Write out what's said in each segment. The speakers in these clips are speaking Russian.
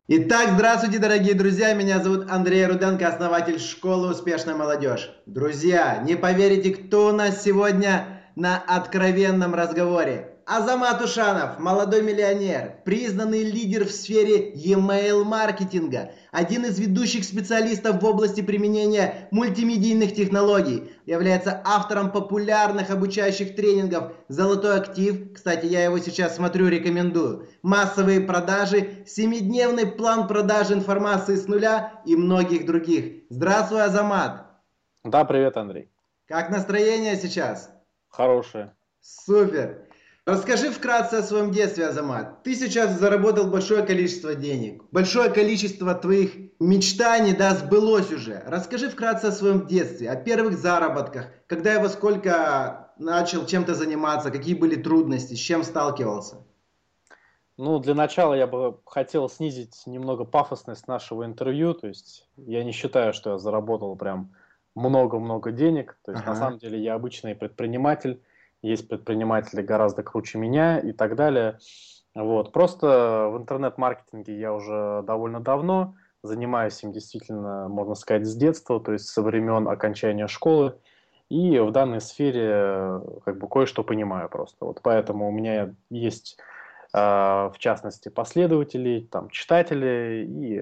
Итак, здравствуйте, дорогие друзья! Меня зовут Андрей Руденко, основатель школы «Успешная молодежь». Друзья, не поверите, кто у нас сегодня на откровенном разговоре. Азамат Ушанов, молодой миллионер, признанный лидер в сфере e-mail маркетинга, один из ведущих специалистов в области применения мультимедийных технологий, является автором популярных обучающих тренингов «Золотой актив». Кстати, я его сейчас смотрю, рекомендую. Массовые продажи, 7-дневный план продажи информации с нуля и многих других. Здравствуй, Азамат! Да, привет, Андрей. Как настроение сейчас? Хорошее. Супер! Расскажи вкратце о своем детстве, Азамат. Ты сейчас заработал большое количество денег. Большое количество твоих мечтаний, да, сбылось уже. Расскажи вкратце о своем детстве, о первых заработках. Когда и во сколько начал чем-то заниматься, какие были трудности, с чем сталкивался. Ну, для начала я бы хотел снизить немного пафосность нашего интервью. То есть я не считаю, что я заработал прям много-много денег. То есть на Ага. самом деле я обычный предприниматель. Есть предприниматели гораздо круче меня и так далее. Вот. Просто в интернет-маркетинге я уже довольно давно. Занимаюсь им действительно, можно сказать, с детства, то есть со времен окончания школы. И в данной сфере как бы кое-что понимаю просто. Вот поэтому у меня есть, в частности, последователи, там, читатели, и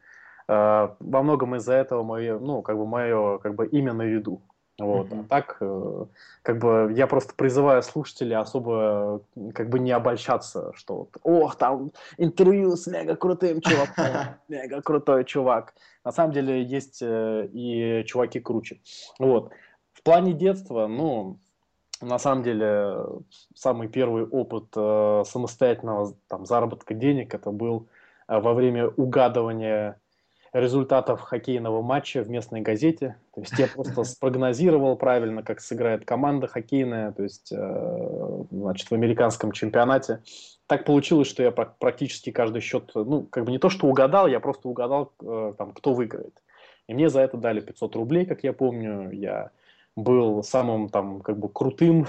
во многом из-за этого мое, ну, как бы мое как бы имя на виду. Вот. А Мгм. так, как бы я просто призываю слушателей особо как бы не обольщаться, что вот, ох, там интервью с мега крутым чуваком, мега крутой чувак. На самом деле есть и чуваки круче. Вот. В плане детства, ну, на самом деле, самый первый опыт самостоятельного там, заработка денег это был во время угадывания результатов хоккейного матча в местной газете. То есть я просто спрогнозировал правильно, как сыграет команда хоккейная, то есть, значит, в американском чемпионате. Так получилось, что я практически каждый счет, ну, как бы не то, что угадал, я просто угадал, там, кто выиграет. И мне за это дали 500 рублей, как я помню. Я был самым там как бы крутым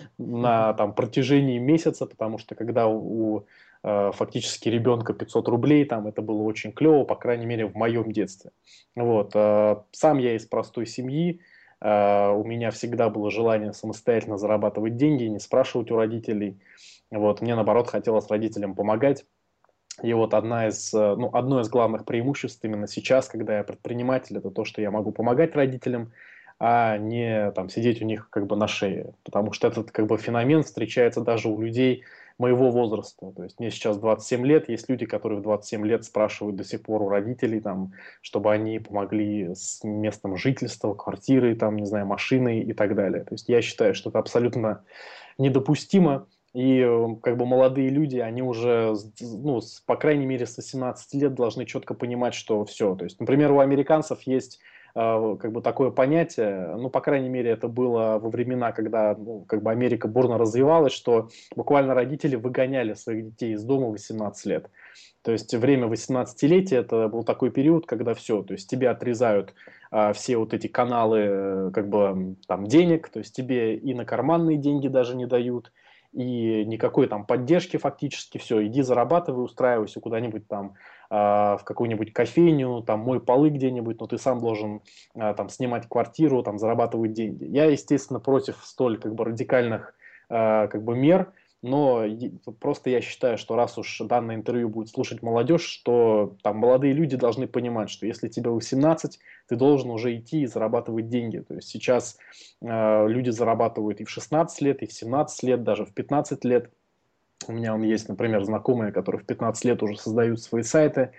на там протяжении месяца, потому что когда у фактически ребенка 500 рублей, там это было очень клево, по крайней мере в моем детстве. Вот. Сам я из простой семьи, у меня всегда было желание самостоятельно зарабатывать деньги, не спрашивать у родителей. Вот. Мне, наоборот, хотелось родителям помогать. И вот ну, одно из главных преимуществ именно сейчас, когда я предприниматель, это то, что я могу помогать родителям, а не там сидеть у них как бы на шее. Потому что этот как бы феномен встречается даже у людей моего возраста. То есть мне сейчас 27 лет, есть люди, которые в 27 лет спрашивают до сих пор у родителей, там, чтобы они помогли с местом жительства, квартирой, там, не знаю, машиной и так далее. То есть я считаю, что это абсолютно недопустимо. И как бы молодые люди, они уже, ну, по крайней мере, с 18 лет должны четко понимать, что все. То есть, например, у американцев есть как бы такое понятие, ну, по крайней мере, это было во времена, когда ну, как бы Америка бурно развивалась, что буквально родители выгоняли своих детей из дома в 18 лет. То есть время 18-летия это был такой период, когда все, то есть тебе отрезают все вот эти каналы как бы там денег, то есть тебе и на карманные деньги даже не дают, и никакой там поддержки фактически, все, иди зарабатывай, устраивайся куда-нибудь там в какую-нибудь кофейню, там мой полы где-нибудь, но ты сам должен там снимать квартиру, там зарабатывать деньги. Я, естественно, против столь как бы радикальных как бы мер, но просто я считаю, что раз уж данное интервью будет слушать молодежь, что там молодые люди должны понимать, что если тебе 18, ты должен уже идти и зарабатывать деньги. То есть сейчас люди зарабатывают и в 16 лет, и в 17 лет, даже в 15 лет. У меня он есть, например, знакомые, которые в 15 лет уже создают свои сайты,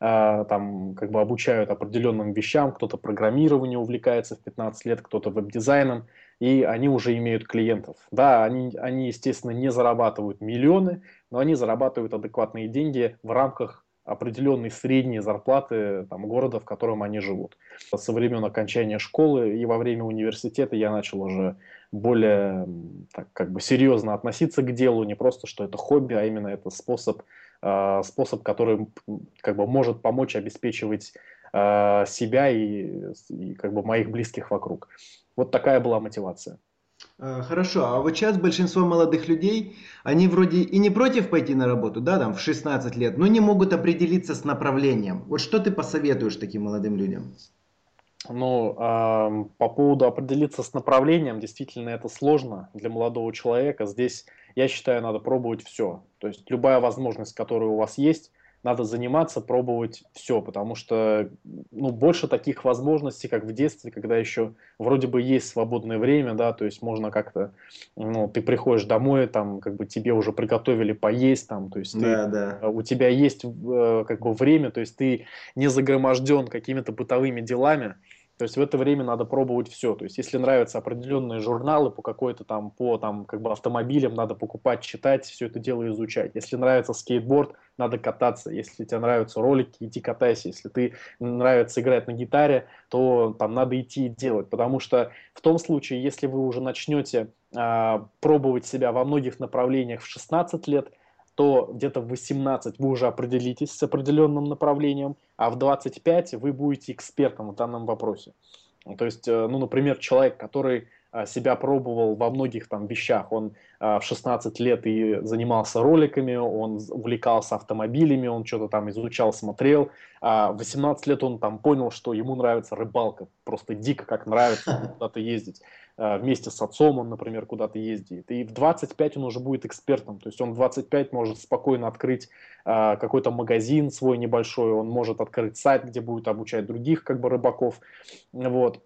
там как бы обучают определенным вещам, кто-то программированию увлекается в 15 лет, кто-то веб-дизайном, и они уже имеют клиентов. Да, они, естественно, не зарабатывают миллионы, но они зарабатывают адекватные деньги в рамках определенной средней зарплаты там, города, в котором они живут. Со времен окончания школы и во время университета я начал уже более так, как бы серьезно относиться к делу, не просто, что это хобби, а именно это способ, который как бы может помочь обеспечивать себя и как бы моих близких вокруг. Вот такая была мотивация. Хорошо, а вот сейчас большинство молодых людей, они вроде и не против пойти на работу, да, там в 16 лет, но не могут определиться с направлением. Вот что ты посоветуешь таким молодым людям? Ну, по поводу определиться с направлением, действительно это сложно для молодого человека. Здесь, я считаю, надо пробовать все. То есть любая возможность, которая у вас есть, надо заниматься, пробовать все, потому что ну, больше таких возможностей, как в детстве, когда еще вроде бы есть свободное время, да, то есть можно как-то, ну, ты приходишь домой, там, как бы тебе уже приготовили поесть, там, то есть ты, Да, да. у тебя есть как бы время, то есть ты не загроможден какими-то бытовыми делами, то есть в это время надо пробовать все. То есть если нравятся определенные журналы по какой-то там, по там как бы автомобилям, надо покупать, читать, все это дело изучать. Если нравится скейтборд, надо кататься. Если тебе нравятся ролики, иди катайся. Если ты нравится играть на гитаре, то там надо идти и делать. Потому что в том случае, если вы уже начнете пробовать себя во многих направлениях в 16 лет, то где-то в 18 вы уже определитесь с определенным направлением, а в 25 вы будете экспертом в данном вопросе. То есть, ну, например, человек, который себя пробовал во многих там вещах, он в 16 лет и занимался роликами, он увлекался автомобилями, он что-то там изучал, смотрел, а в 18 лет он там понял, что ему нравится рыбалка, просто дико как нравится куда-то ездить. Вместе с отцом он, например, куда-то ездит. И в 25 он уже будет экспертом, то есть он в 25 может спокойно открыть какой-то магазин свой небольшой, он может открыть сайт, где будет обучать других как бы рыбаков. Вот.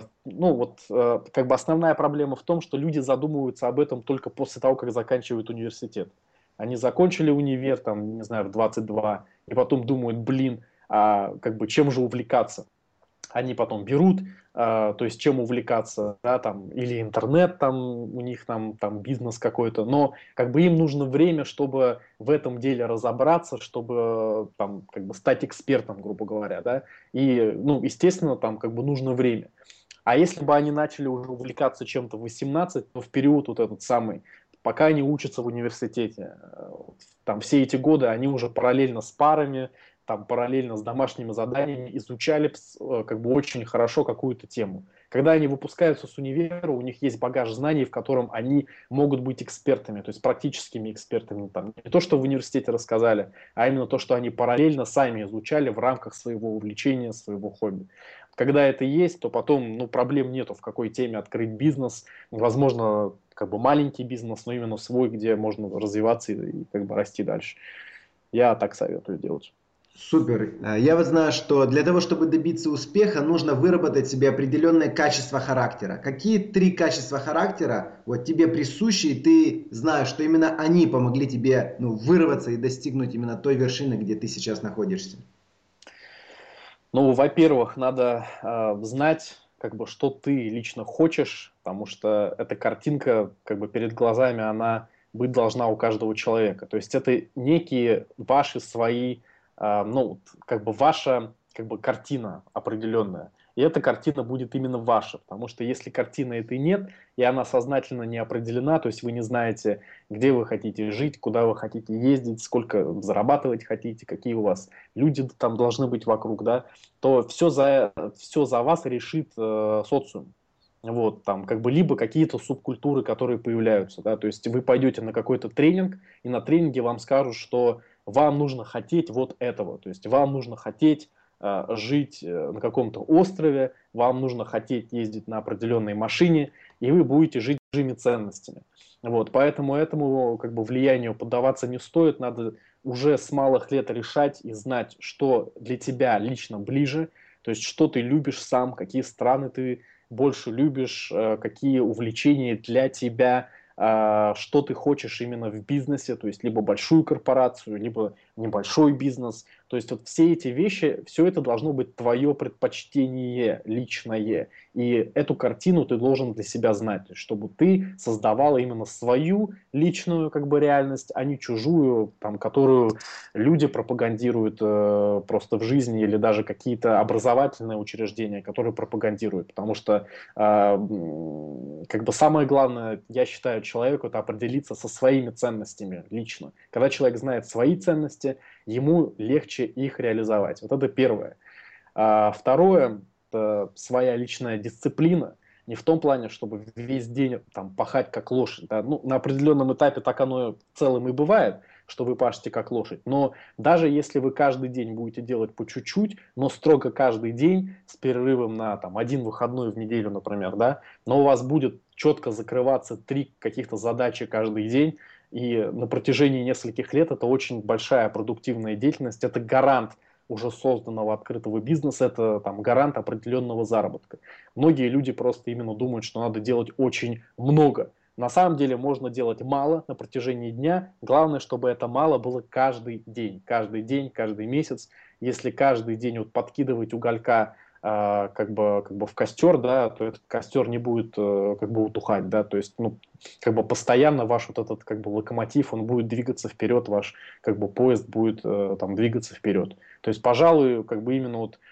Ну вот как бы основная проблема в том, что люди задумываются об этом только после того, как заканчивают университет. Они закончили универ, там, не знаю, в 22, и потом думают, блин, а как бы чем же увлекаться? Они потом берут, то есть чем увлекаться, да, там, или интернет там у них там бизнес какой-то, но как бы им нужно время, чтобы в этом деле разобраться, чтобы там как бы стать экспертом, грубо говоря, да, и, ну, естественно, там как бы нужно время. А если бы они начали уже увлекаться чем-то в 18, то в период вот этот самый, пока они учатся в университете, там все эти годы они уже параллельно с парами, там параллельно с домашними заданиями изучали как бы очень хорошо какую-то тему. Когда они выпускаются с универа, у них есть багаж знаний, в котором они могут быть экспертами, то есть практическими экспертами. Там, не то, что в университете рассказали, а именно то, что они параллельно сами изучали в рамках своего увлечения, своего хобби. Когда это есть, то потом ну, проблем нету, в какой теме открыть бизнес. Возможно, как бы маленький бизнес, но именно свой, где можно развиваться и как бы расти дальше. Я так советую делать. Супер. Я вот знаю, что для того, чтобы добиться успеха, нужно выработать себе определенные качества характера. Какие три качества характера вот тебе присущи, и ты знаешь, что именно они помогли тебе ну, вырваться и достигнуть именно той вершины, где ты сейчас находишься? Ну, во-первых, надо знать, как бы, что ты лично хочешь, потому что эта картинка, как бы, перед глазами, она быть должна у каждого человека. То есть это некие ваши свои, ну, вот, как бы ваша, как бы, картина определенная. И эта картина будет именно ваша, потому что если картины этой нет, и она сознательно не определена, то есть вы не знаете, где вы хотите жить, куда вы хотите ездить, сколько зарабатывать хотите, какие у вас люди там должны быть вокруг, да, то все за вас решит социум. Вот, там, как бы, либо какие-то субкультуры, которые появляются, да, то есть вы пойдете на какой-то тренинг, и на тренинге вам скажут, что вам нужно хотеть вот этого, то есть вам нужно хотеть жить на каком-то острове, вам нужно хотеть ездить на определенной машине, и вы будете жить чужими ценностями. Вот, поэтому этому как бы влиянию поддаваться не стоит, надо уже с малых лет решать и знать, что для тебя лично ближе, то есть что ты любишь сам, какие страны ты больше любишь, какие увлечения для тебя, что ты хочешь именно в бизнесе, то есть либо большую корпорацию, либо небольшой бизнес. То есть вот все эти вещи, все это должно быть твое предпочтение личное. И эту картину ты должен для себя знать, чтобы ты создавал именно свою личную как бы реальность, а не чужую, там, которую люди пропагандируют просто в жизни или даже какие-то образовательные учреждения, которые пропагандируют. Потому что как бы самое главное, я считаю, человеку это определиться со своими ценностями лично. Когда человек знает свои ценности, ему легче их реализовать. Вот это первое. А второе – это своя личная дисциплина. Не в том плане, чтобы весь день там пахать как лошадь. Да? Ну, на определенном этапе так оно в целом и бывает, что вы пашете как лошадь. Но даже если вы каждый день будете делать по чуть-чуть, но строго каждый день с перерывом на там, один выходной в неделю, например, да, но у вас будет четко закрываться 3 каких-то задачи каждый день, и на протяжении нескольких лет это очень большая продуктивная деятельность, это гарант уже созданного открытого бизнеса, это там гарант определенного заработка. Многие люди просто именно думают, что надо делать очень много. На самом деле можно делать мало на протяжении дня. Главное, чтобы это мало было каждый день, каждый месяц. Если каждый день вот подкидывать уголька как бы в костер, да, то этот костер не будет как бы утухать, да, то есть, ну, как бы постоянно ваш вот этот как бы локомотив, он будет двигаться вперед, ваш как бы поезд будет там двигаться вперед. То есть, пожалуй, как бы именно вот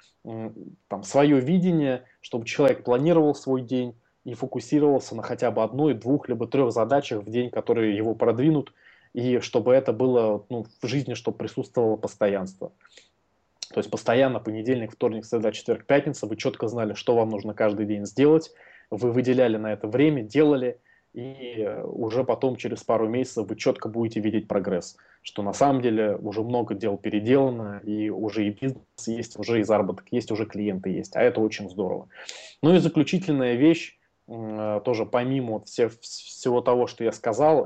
там свое видение, чтобы человек планировал свой день и фокусировался на хотя бы одной, двух, либо трех задачах в день, которые его продвинут, и чтобы это было, ну, в жизни, чтобы присутствовало постоянство. То есть постоянно понедельник, вторник, среда, четверг, пятница, вы четко знали, что вам нужно каждый день сделать, вы выделяли на это время, делали, и уже потом через пару месяцев вы четко будете видеть прогресс, что на самом деле уже много дел переделано, и уже и бизнес есть, уже и заработок есть, уже клиенты есть, а это очень здорово. Ну и заключительная вещь, тоже помимо всего того, что я сказал,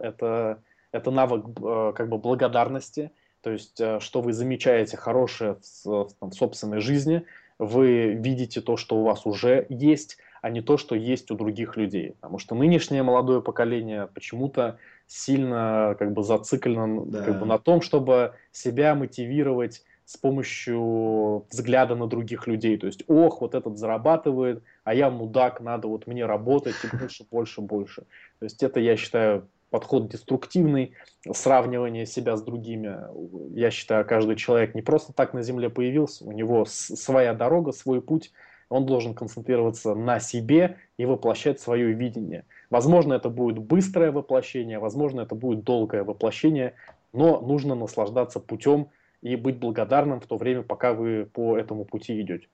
это навык как бы благодарности. То есть, что вы замечаете хорошее в собственной жизни, вы видите то, что у вас уже есть, а не то, что есть у других людей. Потому что нынешнее молодое поколение почему-то сильно как бы зациклено как бы Да. на том, чтобы себя мотивировать с помощью взгляда на других людей. То есть, ох, вот этот зарабатывает, а я мудак, надо вот мне работать и больше, больше, больше. То есть это, я считаю, подход деструктивный, сравнивание себя с другими. Я считаю, каждый человек не просто так на Земле появился, у него своя дорога, свой путь, он должен концентрироваться на себе и воплощать свое видение. Возможно, это будет быстрое воплощение, возможно, это будет долгое воплощение, но нужно наслаждаться путем и быть благодарным в то время, пока вы по этому пути идете.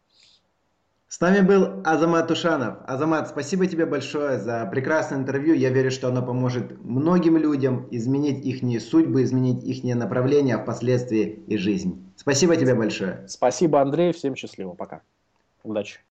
С нами был Азамат Ушанов. Азамат, спасибо тебе большое за прекрасное интервью. Я верю, что оно поможет многим людям изменить их судьбы, изменить их направление, а впоследствии и жизнь. Спасибо тебе большое. Спасибо, Андрей, всем счастливо, пока. Удачи.